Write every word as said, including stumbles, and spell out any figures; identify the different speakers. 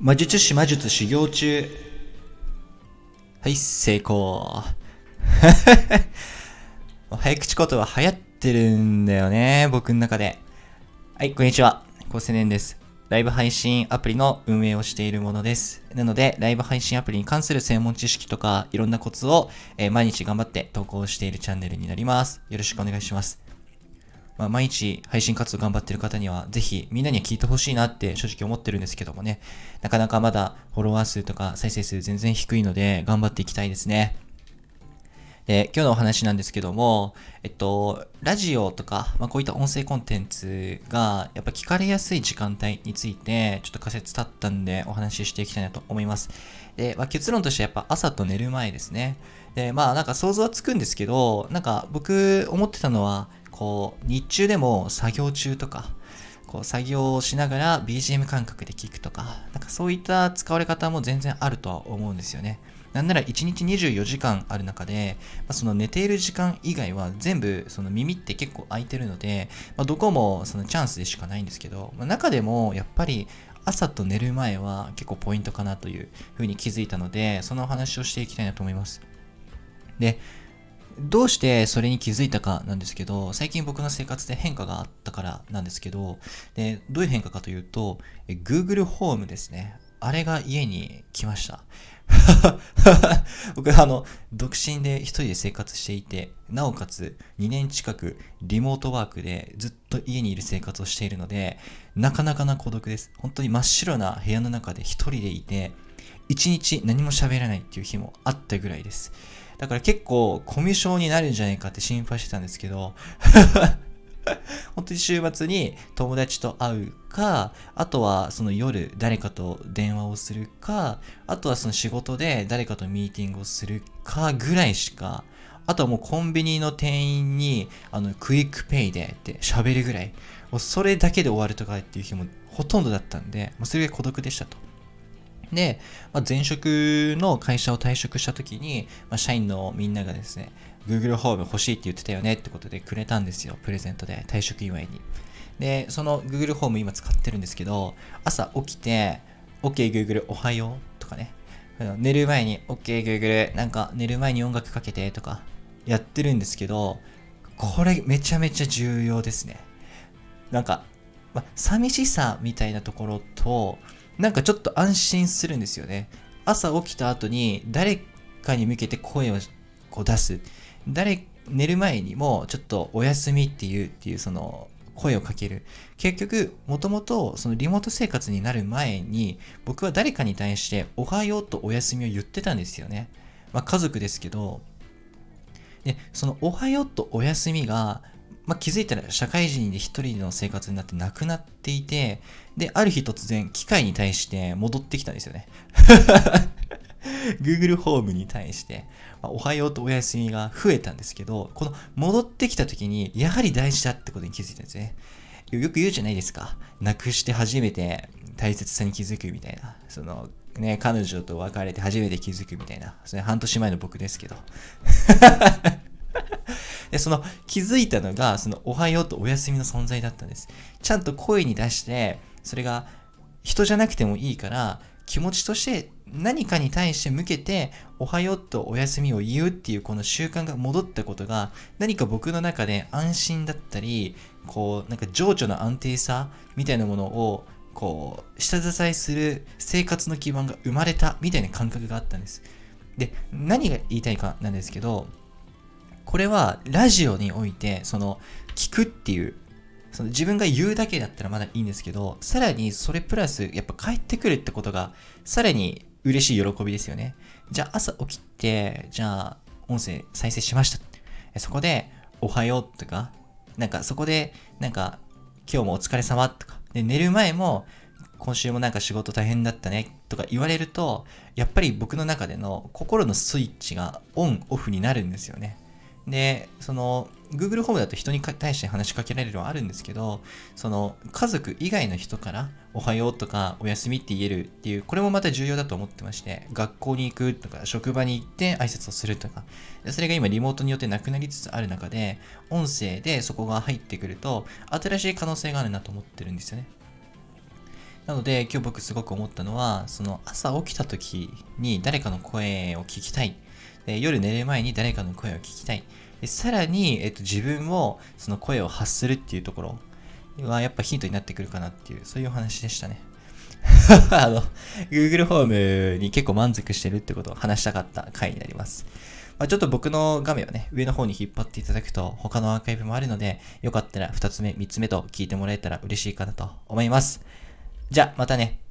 Speaker 1: 魔術師魔術修行中。はい、成功。早口言葉流行ってるんだよね、僕の中で。はい、こんにちは。高青年です。ライブ配信アプリの運営をしているものです。なので、ライブ配信アプリに関する専門知識とか、いろんなコツを、えー、毎日頑張って投稿しているチャンネルになります。よろしくお願いします。まあ、毎日配信活動頑張ってる方には、ぜひみんなには聞いてほしいなって正直思ってるんですけどもね、なかなかまだフォロワー数とか再生数全然低いので、頑張っていきたいですね。で、今日のお話なんですけども、えっと、ラジオとか、まあ、こういった音声コンテンツが、やっぱ聞かれやすい時間帯について、ちょっと仮説立ったんで、お話ししていきたいなと思います。で、まあ、結論としてやっぱ朝と寝る前ですね。で、まあ、なんか想像はつくんですけど、なんか僕思ってたのは、こう、日中でも作業中とか、こう、作業をしながら ビージーエム 感覚で聞くとか、なんかそういった使われ方も全然あるとは思うんですよね。なんならいちにちにじゅうよじかんある中で、まあ、その寝ている時間以外は全部その耳って結構開いてるので、まあ、どこもそのチャンスでしかないんですけど、まあ、中でもやっぱり朝と寝る前は結構ポイントかなというふうに気づいたので、そのお話をしていきたいなと思います。で、どうしてそれに気づいたかなんですけど、最近僕の生活で変化があったからなんですけど、で、どういう変化かというと、Google ホームですね。あれが家に来ました。僕はあの、独身で一人で生活していて、なおかつにねん近くリモートワークでずっと家にいる生活をしているので、なかなかな孤独です。本当に真っ白な部屋の中で一人でいて、一日何も喋らないっていう日もあったぐらいです。だから結構コミュ障になるんじゃないかって心配してたんですけど、本当に週末に友達と会うか、あとはその夜誰かと電話をするか、あとはその仕事で誰かとミーティングをするかぐらいしか、あとはもうコンビニの店員にあのクイックペイでって喋るぐらい、もうそれだけで終わるとかっていう日もほとんどだったんで、もうそれが孤独でしたと。で、まあ、前職の会社を退職した時に、まあ、社員のみんながですね、Google ホーム欲しいって言ってたよねってことでくれたんですよ。プレゼントで、退職祝いに。で、その Google ホーム今使ってるんですけど、朝起きて、OK Google おはようとかね。寝る前に OK Google なんか寝る前に音楽かけてとかやってるんですけど、これめちゃめちゃ重要ですね。なんか、まあ、寂しさみたいなところと、なんかちょっと安心するんですよね。朝起きた後に誰かに向けて声をこう出す。誰、寝る前にもちょっとお休みっていうっていうその声をかける。結局、もともとそのリモート生活になる前に僕は誰かに対しておはようとお休みを言ってたんですよね。まあ家族ですけど、で、そのおはようとお休みがまあ、気づいたら社会人で一人の生活になってなくなっていて、で、ある日突然機械に対して戻ってきたんですよね。Google ホームに対して、まあ、おはようとお休みが増えたんですけど、この戻ってきた時にやはり大事だってことに気づいたんですね。よく言うじゃないですか。なくして初めて大切さに気づくみたいな。そのね、彼女と別れて初めて気づくみたいな。それ半年前の僕ですけど。で、その気づいたのが、そのおはようとお休みの存在だったんです。ちゃんと声に出して、それが人じゃなくてもいいから、気持ちとして何かに対して向けて、おはようとお休みを言うっていうこの習慣が戻ったことが、何か僕の中で安心だったり、こう、なんか情緒の安定さみたいなものを、こう、下支えする生活の基盤が生まれたみたいな感覚があったんです。で、何が言いたいかなんですけど、これはラジオにおいてその聞くっていうその自分が言うだけだったらまだいいんですけど、さらにそれプラスやっぱ返ってくるってことがさらに嬉しい喜びですよね。じゃあ朝起きて、じゃあ音声再生しました。そこでおはようとか、なんかそこでなんか今日もお疲れ様とか、で寝る前も今週もなんか仕事大変だったねとか言われると、やっぱり僕の中での心のスイッチがオンオフになるんですよね。で、その Google ホームだと人に対して話しかけられるのはあるんですけど、その家族以外の人からおはようとかおやすみって言えるっていう、これもまた重要だと思ってまして、学校に行くとか職場に行って挨拶をするとか、それが今リモートによってなくなりつつある中で、音声でそこが入ってくると新しい可能性があるなと思ってるんですよね。 なので今日僕すごく思ったのは、その朝起きた時に誰かの声を聞きたい。で夜寝る前に誰かの声を聞きたい。でさらに、えっと、自分もその声を発するっていうところはやっぱヒントになってくるかなっていう、そういうお話でしたね。あの、Google ホームに結構満足してるってことを話したかった回になります。まあ、ちょっと僕の画面をね、上の方に引っ張っていただくと他のアーカイブもあるので、よかったらふたつめ、みっつめと聞いてもらえたら嬉しいかなと思います。じゃあ、またね。